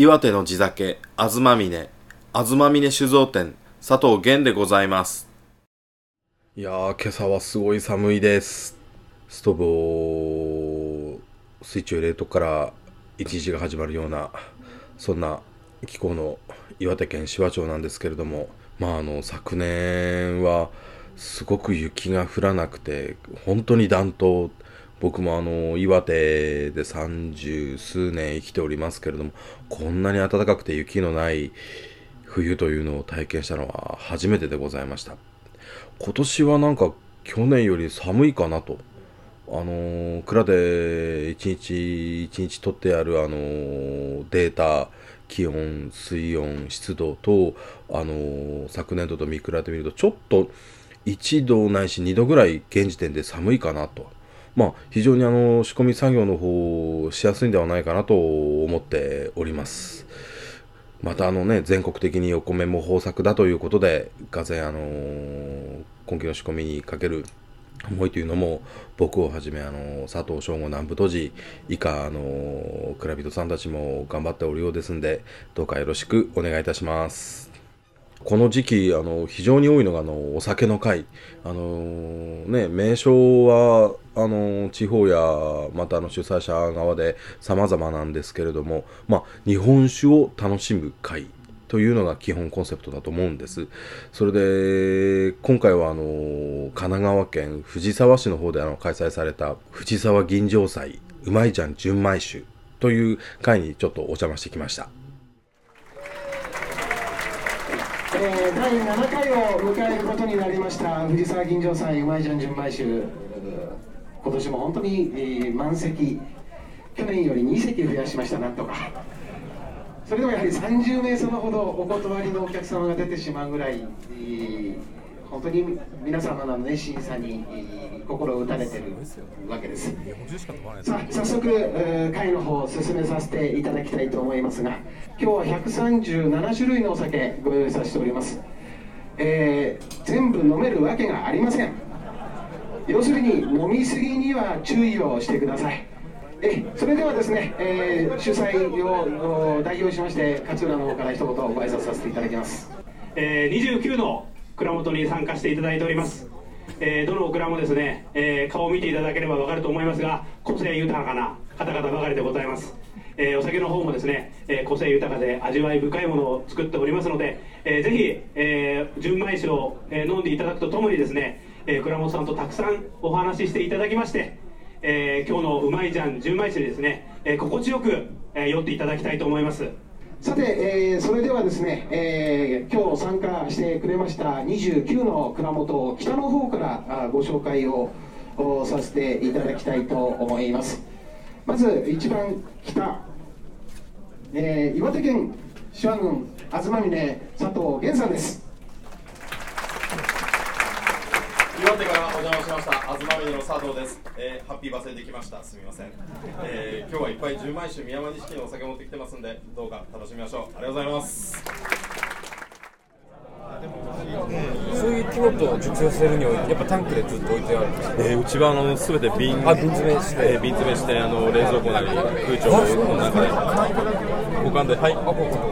岩手の地酒、あずまみね酒造店、佐藤源でございます。いやー、今朝はすごい寒いです。ストーブをスイッチを入れるとこから一日が始まるような、そんな気候の岩手県紫波町なんですけれども、昨年はすごく雪が降らなくて、本当に暖冬。僕も岩手で30数年生きておりますけれども、こんなに暖かくて雪のない冬というのを体験したのは初めてでございました。今年はなんか去年より寒いかなと。蔵で一日一日取ってあるデータ、気温、水温、湿度と昨年度と見比べてみると、ちょっと1度ないし2度ぐらい現時点で寒いかなと。非常に仕込み作業の方しやすいんではないかなと思っております。また全国的にお米も豊作だということで、がぜ今期の仕込みにかける思いというのも、僕をはじめ佐藤翔吾南部杜氏以下蔵人さんたちも頑張っておるようですんで、どうかよろしくお願いいたします。この時期非常に多いのがお酒の会、名称は地方やまた主催者側で様々なんですけれども、日本酒を楽しむ会というのが基本コンセプトだと思うんです。それで今回は神奈川県藤沢市の方で開催された藤沢吟醸祭うまいじゃん純米酒という会にちょっとお邪魔してきました。 第7回を迎えることになりました藤沢吟醸祭うまいじゃん純米酒、今年も本当に満席、去年より2席増やしました。なんとかそれでもやはり30名様ほどお断りのお客様が出てしまうぐらい、本当に皆様の熱心さに心を打たれているわけです。さあ、早速会の方を進めさせていただきたいと思いますが、今日は137種類のお酒ご用意させております。全部飲めるわけがありません。要するに飲みすぎには注意をしてください。それではですね、主催を代表しまして勝浦の方から一言ご挨拶させていただきます。 29の蔵元に参加していただいております。どの蔵もですね、顔を見ていただければ分かると思いますが、個性豊かな方々ばかりでございます。お酒の方もですね、個性豊かで味わい深いものを作っておりますので、ぜひ、純米酒を、飲んでいただくとともにですね、蔵元さんとたくさんお話ししていただきまして、今日のうまいじゃん純米酒にですね、心地よく、酔っていただきたいと思います。 さて、それではですね、今日参加してくれました29の蔵元を北の方からご紹介をさせていただきたいと思います。まず一番北、岩手県紫波郡東峰佐藤源さんです。 岩手からお邪魔しました東峰の佐藤です。ハッピーバースデーできました。すみません。今日はいっぱい純米酒宮山錦のお酒を持ってきてますんで、どうか楽しみましょう。ありがとうございます。 そういう木本を熟成するにはやっぱタンクでずっと置いてあるんですか？ うちは全て瓶詰めして、冷蔵庫なり空調の中で保管で、はい。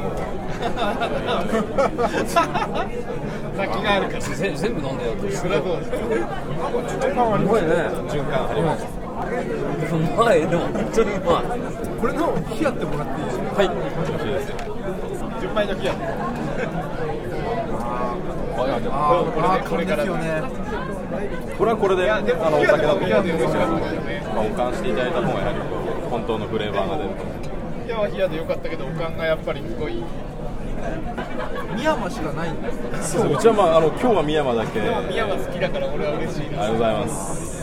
気があるから全部飲んでよと。すごいね。 循環あります。 うまい、でも本当にうまい。 これの冷やってもらっていいですか？ はい、もちろんですよ。純米の冷や。 これですよね。 これはこれでお酒だと保管していただいた方がやはり本当のフレーバーが出ると思う。 冷やは冷やでよかったけど、おかんがやっぱりすごい。宮山しかないんですか？ そう、うちは今日は宮山だけ。 宮山好きだから俺は嬉しいです。 ありがとうございます。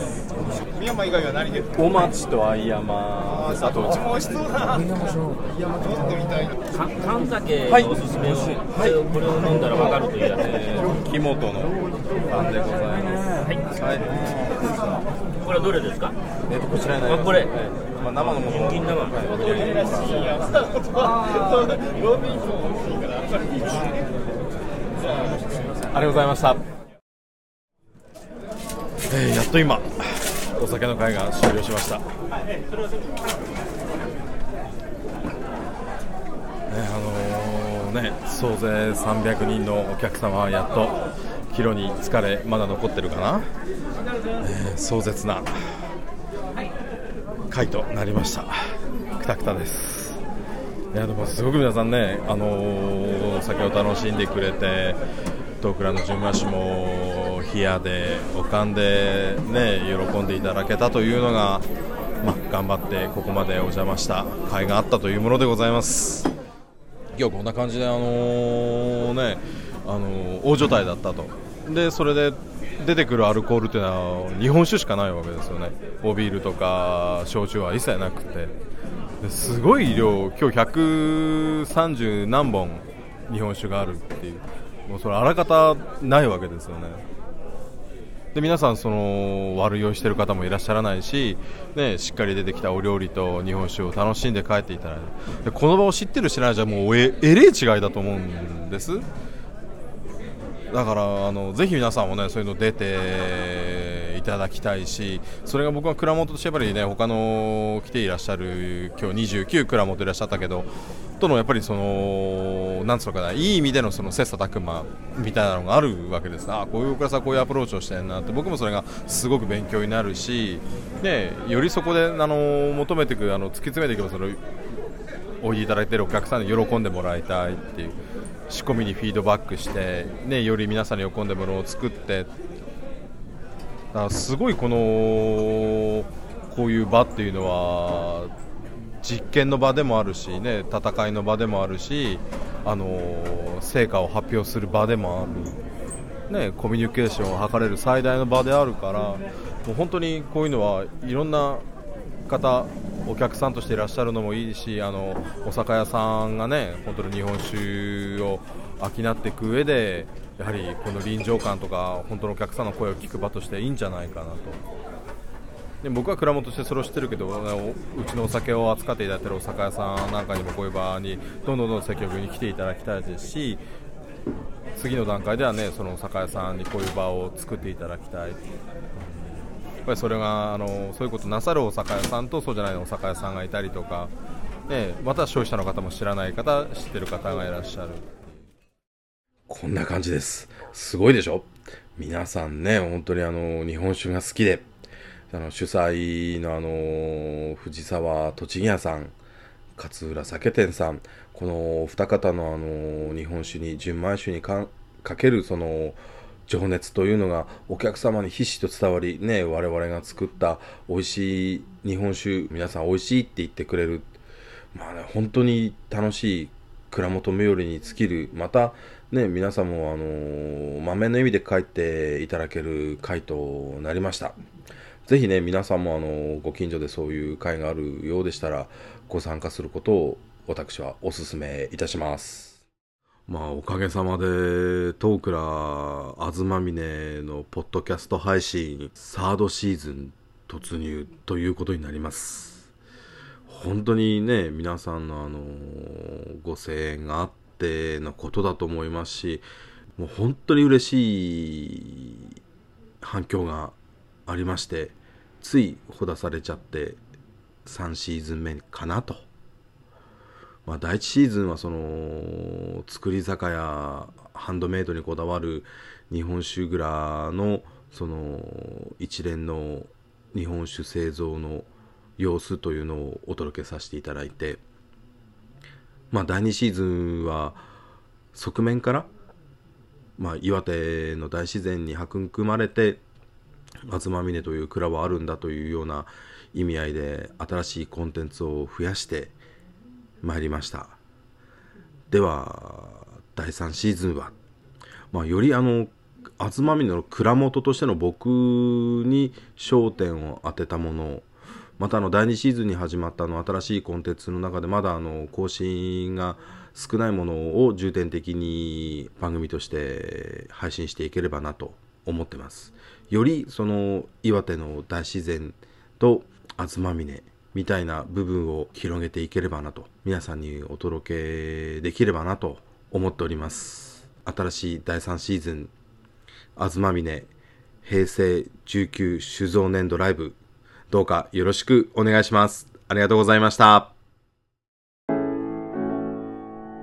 宮山以外は何ですか？ 小町と相山、 あとうちも美味しそうだな。宮山飲んでみたい。 神酒のおすすめを、これを飲んだら分かるというやつで、 木本のパンでございます。はい。 これはどれですか？ こちらになります。 これ、 生のもの。 純金生。 ありがとうございました。やっと今お酒の会が終了しました。 総勢300人のお客様はやっと帰路に疲れまだ残ってるかな、壮絶な回となりました。くたくたです。いやでもすごく皆さんね、お酒を楽しんでくれて、東倉の純米酒も冷やでおかんでね喜んでいただけたというのが、頑張ってここまでお邪魔した甲斐があったというものでございます。今日こんな感じで大所帯だったと。でそれで出てくるアルコールというのは日本酒しかないわけですよね。おビールとか焼酎は一切なくて、ですごい量、今日130何本日本酒があるっていう、もうそれあらかたないわけですよね。で皆さんその悪酔いしてる方もいらっしゃらないし、しっかり出てきたお料理と日本酒を楽しんで帰っていただいて、でこの場を知ってる知らないじゃもうえれえ違いだと思うんです。だからぜひ皆さんもねそういうの出ていただきたいし、それが僕は蔵元としてやっぱりね他の来ていらっしゃる今日29蔵元いらっしゃったけどとのやっぱりそのなんつうのかな、いい意味でのその切磋琢磨みたいなのがあるわけです。こういうお蔵さんこういうアプローチをしてるなって、僕もそれがすごく勉強になるし、よりそこで求めていく突き詰めていけばそれおいでいただいているお客さんに喜んでもらいたいっていう仕込みにフィードバックして、より皆さんに喜んでものを作って、だからすごいこういう場っていうのは実験の場でもあるし、戦いの場でもあるし、成果を発表する場でもある、コミュニケーションを図れる最大の場であるから、もう本当にこういうのはいろんな方お客さんとしていらっしゃるのもいいし、お酒屋さんが本当に日本酒を商っていく上でやはりこの臨場感とか本当のお客さんの声を聞く場としていいんじゃないかなと。で僕は蔵元としてそれを知ってるけど、うちのお酒を扱っていただいているお酒屋さんなんかにもこういう場にどんどん積極的に来ていただきたいですし、次の段階ではそのお酒屋さんにこういう場を作っていただきたい。やっぱりそれがそういうことなさるお酒屋さんとそうじゃないお酒屋さんがいたりとか、また消費者の方も知らない方知ってる方がいらっしゃる。こんな感じです。すごいでしょ。皆さん本当に日本酒が好きで、主催の藤沢栃木屋さん、勝浦酒店さん、この二方の日本酒に純米酒にかけるその情熱というのがお客様にひしと伝わり、我々が作った美味しい日本酒、皆さん美味しいって言ってくれる、本当に楽しい蔵元冥利に尽きる、また皆さんも満面の意味で帰っていただける会となりました。ぜひ皆さんもご近所でそういう会があるようでしたらご参加することを私はお勧めいたします。おかげさまで東倉あずまみねのポッドキャスト配信サードシーズン突入ということになります。本当に皆さんのご声援があってのことだと思いますし、もう本当に嬉しい反響がありまして、ついほだされちゃって3シーズン目かなと。第1シーズンはその造り酒屋ハンドメイドにこだわる日本酒蔵のその一連の日本酒製造の様子というのをお届けさせていただいて、第2シーズンは側面から、岩手の大自然に育まれてあずまみねという蔵はあるんだというような意味合いで新しいコンテンツを増やしてまいりました。では第3シーズンは、よりあずまみねの蔵元としての僕に焦点を当てたもの、また第2シーズンに始まった新しいコンテンツの中でまだ更新が少ないものを重点的に番組として配信していければなと思ってます。よりその岩手の大自然とあずまみねみたいな部分を広げていければなと、皆さんにお届けできればなと思っております。新しい第3シーズンあずまみね平成19酒造年度ライブ、どうかよろしくお願いします。ありがとうございました。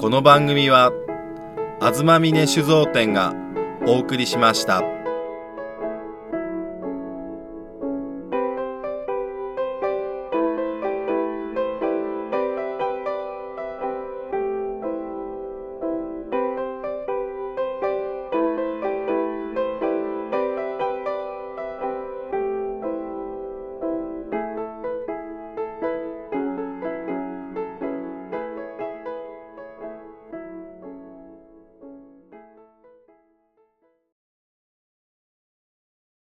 この番組は東峰酒造店がお送りしました。